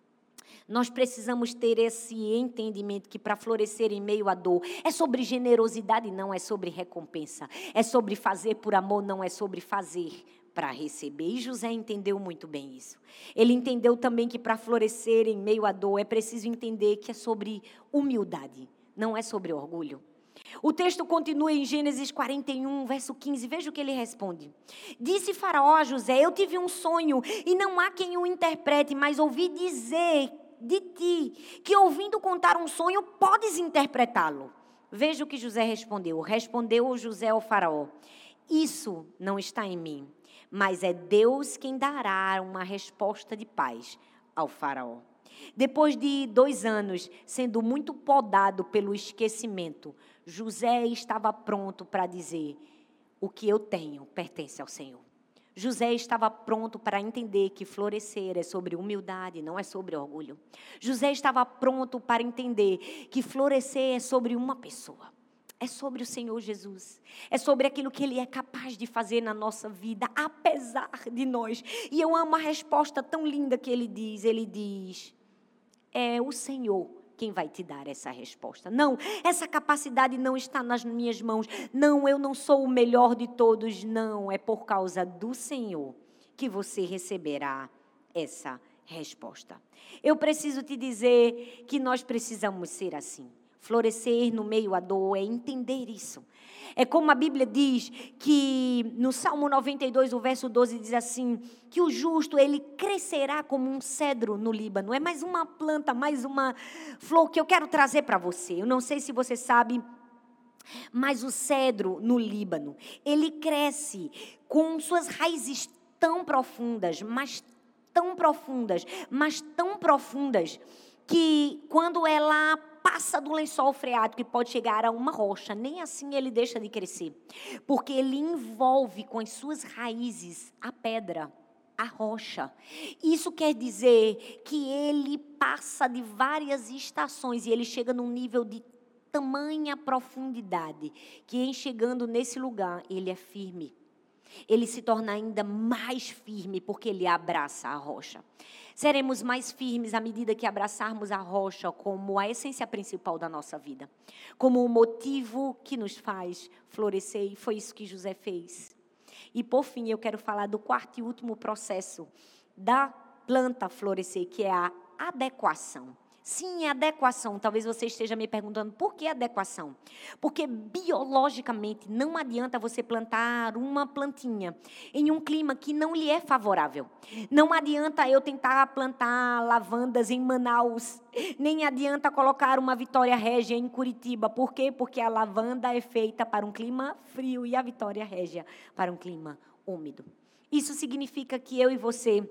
Nós precisamos ter esse entendimento que para florescer em meio à dor é sobre generosidade, não é sobre recompensa. É sobre fazer por amor, não é sobre fazer para receber. E José entendeu muito bem isso. Ele entendeu também que para florescer em meio à dor é preciso entender que é sobre humildade, não é sobre orgulho. O texto continua em Gênesis quarenta e um, verso quinze. Veja o que ele responde. Disse Faraó a José, eu tive um sonho e não há quem o interprete, mas ouvi dizer de ti, que ouvindo contar um sonho, podes interpretá-lo. Veja o que José respondeu. Respondeu José ao Faraó, isso não está em mim, mas é Deus quem dará uma resposta de paz ao Faraó. Depois de dois anos sendo muito podado pelo esquecimento, José estava pronto para dizer, o que eu tenho pertence ao Senhor. José estava pronto para entender que florescer é sobre humildade, não é sobre orgulho. José estava pronto para entender que florescer é sobre uma pessoa. É sobre o Senhor Jesus. É sobre aquilo que Ele é capaz de fazer na nossa vida, apesar de nós. E eu amo a resposta tão linda que Ele diz. Ele diz, é o Senhor quem vai te dar essa resposta. Não, essa capacidade não está nas minhas mãos. Não, eu não sou o melhor de todos. Não, é por causa do Senhor que você receberá essa resposta. Eu preciso te dizer que nós precisamos ser assim. Florescer no meio à dor é entender isso. É como a Bíblia diz que no Salmo noventa e dois, o verso doze, diz assim, que o justo, ele crescerá como um cedro no Líbano. É mais uma planta, mais uma flor que eu quero trazer para você. Eu não sei se você sabe, mas o cedro no Líbano, ele cresce com suas raízes tão profundas, mas tão profundas, mas tão profundas, que quando ela passa do lençol freático e pode chegar a uma rocha, nem assim ele deixa de crescer, porque ele envolve com as suas raízes a pedra, a rocha. Isso quer dizer que ele passa de várias estações e ele chega num nível de tamanha profundidade, que em chegando nesse lugar, ele é firme. Ele se torna ainda mais firme, porque ele abraça a rocha. Seremos mais firmes à medida que abraçarmos a rocha como a essência principal da nossa vida, como o motivo que nos faz florescer, e foi isso que José fez. E por fim, eu quero falar do quarto e último processo da planta florescer, que é a adequação. Sim, adequação. Talvez você esteja me perguntando, por que adequação? Porque biologicamente não adianta você plantar uma plantinha em um clima que não lhe é favorável. Não adianta eu tentar plantar lavandas em Manaus, nem adianta colocar uma Vitória Régia em Curitiba. Por quê? Porque a lavanda é feita para um clima frio e a Vitória Régia para um clima úmido. Isso significa que eu e você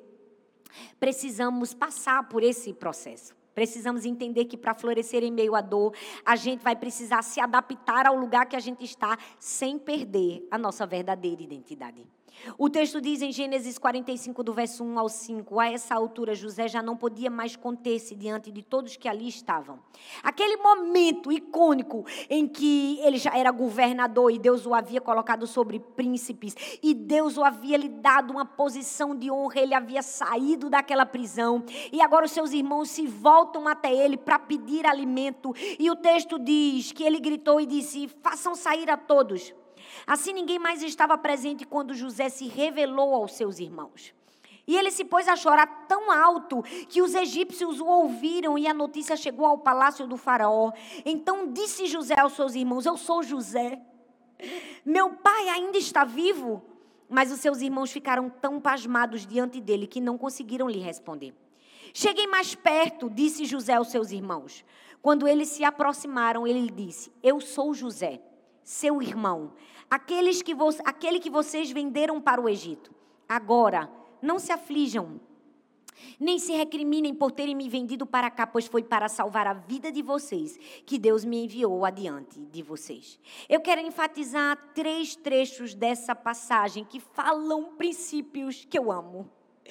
precisamos passar por esse processo. Precisamos entender que para florescer em meio à dor, a gente vai precisar se adaptar ao lugar que a gente está, sem perder a nossa verdadeira identidade. O texto diz em Gênesis quarenta e cinco, do verso um ao cinco, a essa altura José já não podia mais conter-se diante de todos que ali estavam. Aquele momento icônico em que ele já era governador e Deus o havia colocado sobre príncipes, e Deus o havia lhe dado uma posição de honra, ele havia saído daquela prisão, e agora os seus irmãos se voltam até ele para pedir alimento, e o texto diz que ele gritou e disse, façam sair a todos. Assim ninguém mais estava presente quando José se revelou aos seus irmãos. E ele se pôs a chorar tão alto que os egípcios o ouviram e a notícia chegou ao palácio do faraó. Então disse José aos seus irmãos, eu sou José, meu pai ainda está vivo? Mas os seus irmãos ficaram tão pasmados diante dele que não conseguiram lhe responder. Cheguem mais perto, disse José aos seus irmãos. Quando eles se aproximaram, ele lhe disse, eu sou José, seu irmão, aqueles que vo- aquele que vocês venderam para o Egito. Agora, não se aflijam, nem se recriminem por terem me vendido para cá, pois foi para salvar a vida de vocês que Deus me enviou adiante de vocês. Eu quero enfatizar três trechos dessa passagem que falam princípios que eu amo.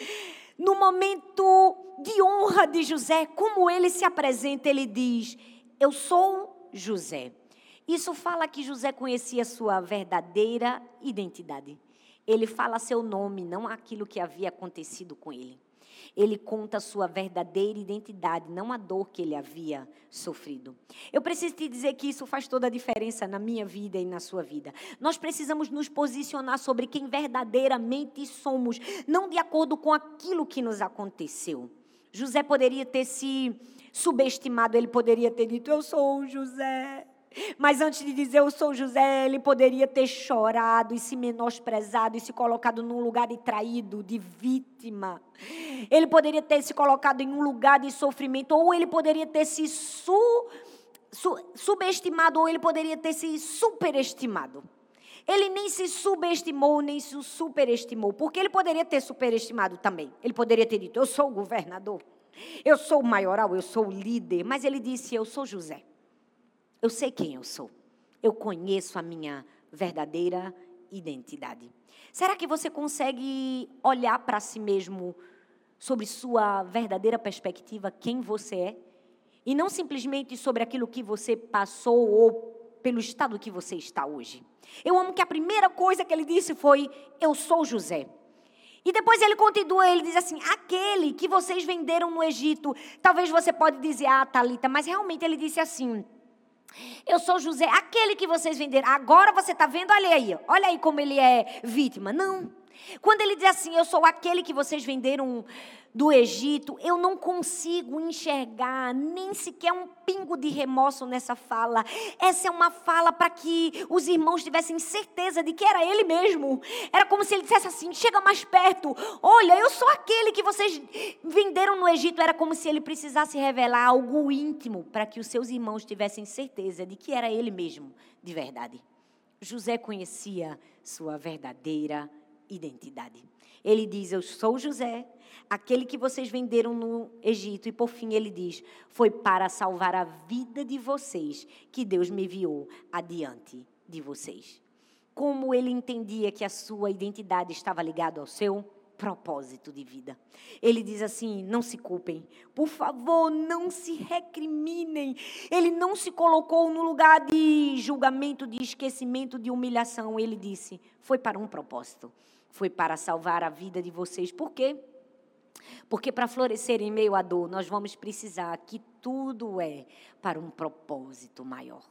No momento de honra de José, como ele se apresenta, ele diz, eu sou José. Isso fala que José conhecia sua verdadeira identidade. Ele fala seu nome, não aquilo que havia acontecido com ele. Ele conta sua verdadeira identidade, não a dor que ele havia sofrido. Eu preciso te dizer que isso faz toda a diferença na minha vida e na sua vida. Nós precisamos nos posicionar sobre quem verdadeiramente somos, não de acordo com aquilo que nos aconteceu. José poderia ter se subestimado, ele poderia ter dito, eu sou José. Mas antes de dizer eu sou José, ele poderia ter chorado e se menosprezado e se colocado num lugar de traído, de vítima. Ele poderia ter se colocado em um lugar de sofrimento, ou ele poderia ter se su, su, subestimado, ou ele poderia ter se superestimado. Ele nem se subestimou, nem se superestimou, porque ele poderia ter superestimado também. Ele poderia ter dito, eu sou o governador, eu sou o maioral, eu sou o líder. Mas ele disse, eu sou José. Eu sei quem eu sou. Eu conheço a minha verdadeira identidade. Será que você consegue olhar para si mesmo sobre sua verdadeira perspectiva, quem você é? E não simplesmente sobre aquilo que você passou ou pelo estado que você está hoje. Eu amo que a primeira coisa que ele disse foi, eu sou José. E depois ele continua, ele diz assim, aquele que vocês venderam no Egito. Talvez você pode dizer, ah, Thalita, mas realmente ele disse assim, eu sou José, aquele que vocês venderam. Agora você está vendo, olha aí, olha aí como ele é vítima. Não. Quando ele diz assim, eu sou aquele que vocês venderam do Egito, eu não consigo enxergar nem sequer um pingo de remorso nessa fala. Essa é uma fala para que os irmãos tivessem certeza de que era ele mesmo. Era como se ele dissesse assim, chega mais perto, olha, eu sou aquele que vocês venderam no Egito. Era como se ele precisasse revelar algo íntimo para que os seus irmãos tivessem certeza de que era ele mesmo, de verdade. José conhecia sua verdadeira identidade. Ele diz, eu sou José, aquele que vocês venderam no Egito. E por fim ele diz, foi para salvar a vida de vocês que Deus me enviou adiante de vocês. Como ele entendia que a sua identidade estava ligada ao seu propósito de vida. Ele diz assim, não se culpem, por favor, não se recriminem. Ele não se colocou no lugar de julgamento, de esquecimento, de humilhação. Ele disse, foi para um propósito. Foi para salvar a vida de vocês. Por quê? Porque para florescer em meio à dor, nós vamos precisar que tudo é para um propósito maior.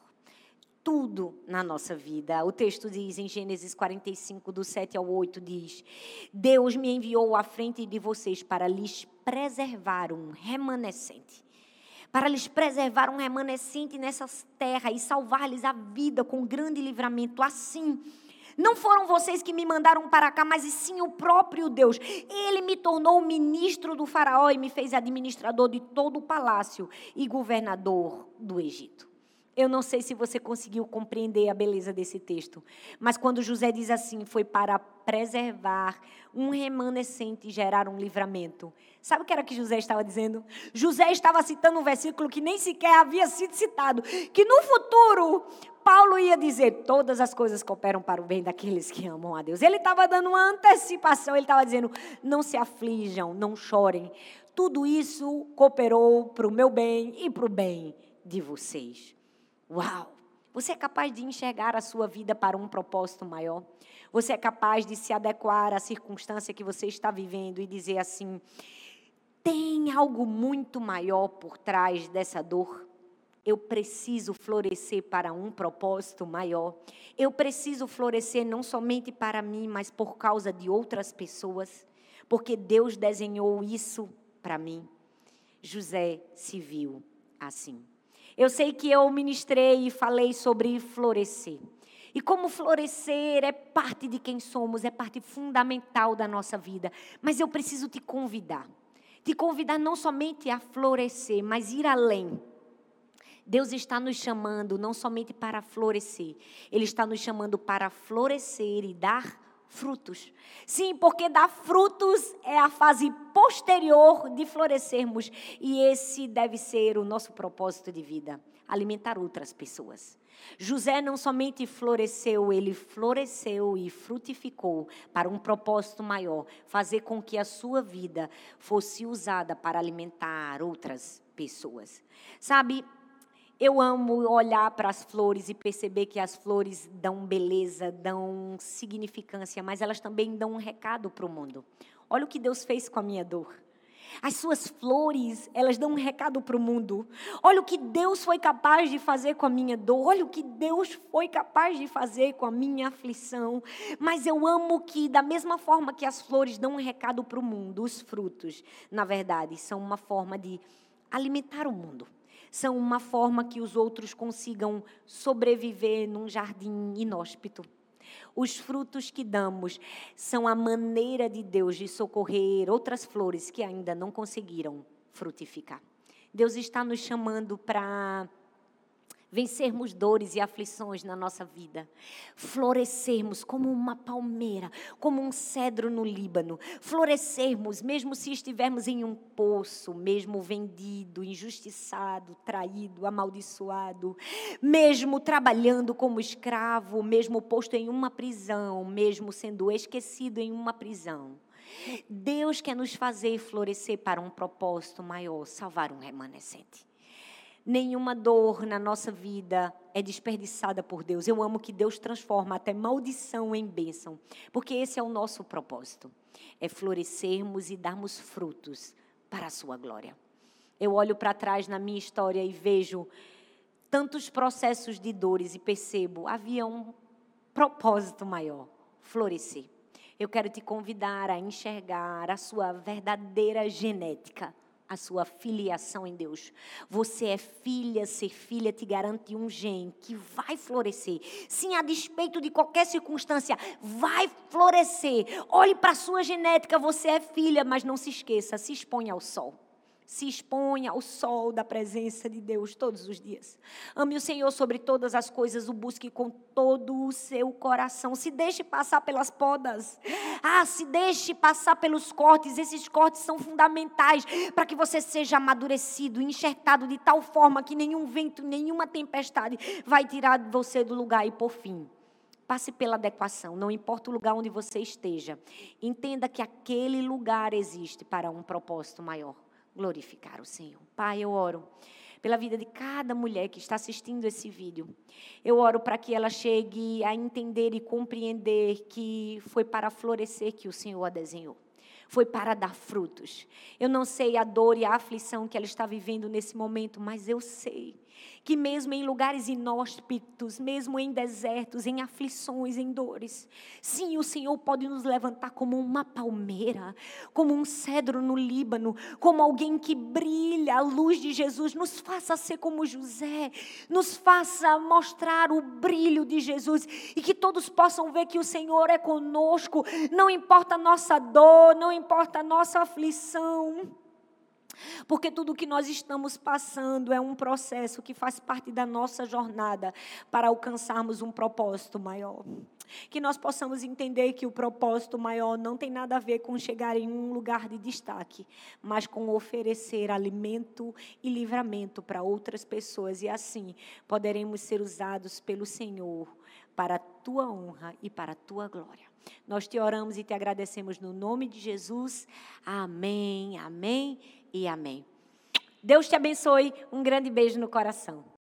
Tudo na nossa vida. O texto diz em Gênesis quarenta e cinco, do sete ao oito, diz, Deus me enviou à frente de vocês para lhes preservar um remanescente. Para lhes preservar um remanescente nessa terra e salvar-lhes a vida com grande livramento. Assim, não foram vocês que me mandaram para cá, mas sim o próprio Deus. Ele me tornou ministro do faraó e me fez administrador de todo o palácio e governador do Egito. Eu não sei se você conseguiu compreender a beleza desse texto, mas quando José diz assim, foi para preservar um remanescente e gerar um livramento. Sabe o que era que José estava dizendo? José estava citando um versículo que nem sequer havia sido citado, que no futuro Paulo ia dizer, todas as coisas cooperam para o bem daqueles que amam a Deus. Ele estava dando uma antecipação, ele estava dizendo, não se aflijam, não chorem. Tudo isso cooperou para o meu bem e para o bem de vocês. Uau! Você é capaz de enxergar a sua vida para um propósito maior? Você é capaz de se adequar à circunstância que você está vivendo e dizer assim, tem algo muito maior por trás dessa dor? Eu preciso florescer para um propósito maior. Eu preciso florescer não somente para mim, mas por causa de outras pessoas. Porque Deus desenhou isso para mim. José se viu assim. Eu sei que eu ministrei e falei sobre florescer. E como florescer é parte de quem somos, é parte fundamental da nossa vida. Mas eu preciso te convidar. Te convidar não somente a florescer, mas ir além. Deus está nos chamando não somente para florescer, Ele está nos chamando para florescer e dar frutos. Sim, porque dar frutos é a fase posterior de florescermos. E esse deve ser o nosso propósito de vida, alimentar outras pessoas. José não somente floresceu, ele floresceu e frutificou para um propósito maior, fazer com que a sua vida fosse usada para alimentar outras pessoas. Sabe, eu amo olhar para as flores e perceber que as flores dão beleza, dão significância, mas elas também dão um recado para o mundo. Olha o que Deus fez com a minha dor. As suas flores, elas dão um recado para o mundo. Olha o que Deus foi capaz de fazer com a minha dor. Olha o que Deus foi capaz de fazer com a minha aflição. Mas eu amo que, da mesma forma que as flores dão um recado para o mundo, os frutos, na verdade, são uma forma de alimentar o mundo. São uma forma que os outros consigam sobreviver num jardim inóspito. Os frutos que damos são a maneira de Deus de socorrer outras flores que ainda não conseguiram frutificar. Deus está nos chamando para vencermos dores e aflições na nossa vida, florescermos como uma palmeira, como um cedro no Líbano, florescermos mesmo se estivermos em um poço, mesmo vendido, injustiçado, traído, amaldiçoado, mesmo trabalhando como escravo, mesmo posto em uma prisão, mesmo sendo esquecido em uma prisão. Deus quer nos fazer florescer para um propósito maior, salvar um remanescente. Nenhuma dor na nossa vida é desperdiçada por Deus. Eu amo que Deus transforma até maldição em bênção, porque esse é o nosso propósito, é florescermos e darmos frutos para a sua glória. Eu olho para trás na minha história e vejo tantos processos de dores e percebo, havia um propósito maior, florescer. Eu quero te convidar a enxergar a sua verdadeira genética, a sua filiação em Deus. Você é filha, ser filha te garante um gene que vai florescer. Sim, a despeito de qualquer circunstância, vai florescer. Olhe para a sua genética, você é filha, mas não se esqueça, se exponha ao sol. Se exponha ao sol da presença de Deus todos os dias. Ame o Senhor sobre todas as coisas, o busque com todo o seu coração. Se deixe passar pelas podas. Ah, se deixe passar pelos cortes. Esses cortes são fundamentais para que você seja amadurecido, enxertado de tal forma que nenhum vento, nenhuma tempestade vai tirar você do lugar. E por fim, passe pela adequação, não importa o lugar onde você esteja. Entenda que aquele lugar existe para um propósito maior. Glorificar o Senhor. Pai, eu oro pela vida de cada mulher que está assistindo esse vídeo. Eu oro para que ela chegue a entender e compreender que foi para florescer que o Senhor a desenhou. Foi para dar frutos. Eu não sei a dor e a aflição que ela está vivendo nesse momento, mas eu sei que mesmo em lugares inóspitos, mesmo em desertos, em aflições, em dores, sim, o Senhor pode nos levantar como uma palmeira, como um cedro no Líbano, como alguém que brilha a luz de Jesus. Nos faça ser como José, nos faça mostrar o brilho de Jesus e que todos possam ver que o Senhor é conosco, não importa a nossa dor, não importa a nossa aflição. Porque tudo o que nós estamos passando é um processo que faz parte da nossa jornada para alcançarmos um propósito maior. Que nós possamos entender que o propósito maior não tem nada a ver com chegar em um lugar de destaque, mas com oferecer alimento e livramento para outras pessoas. E assim poderemos ser usados pelo Senhor para a tua honra e para a tua glória. Nós te oramos e te agradecemos no nome de Jesus. Amém, amém e amém. Deus te abençoe. Um grande beijo no coração.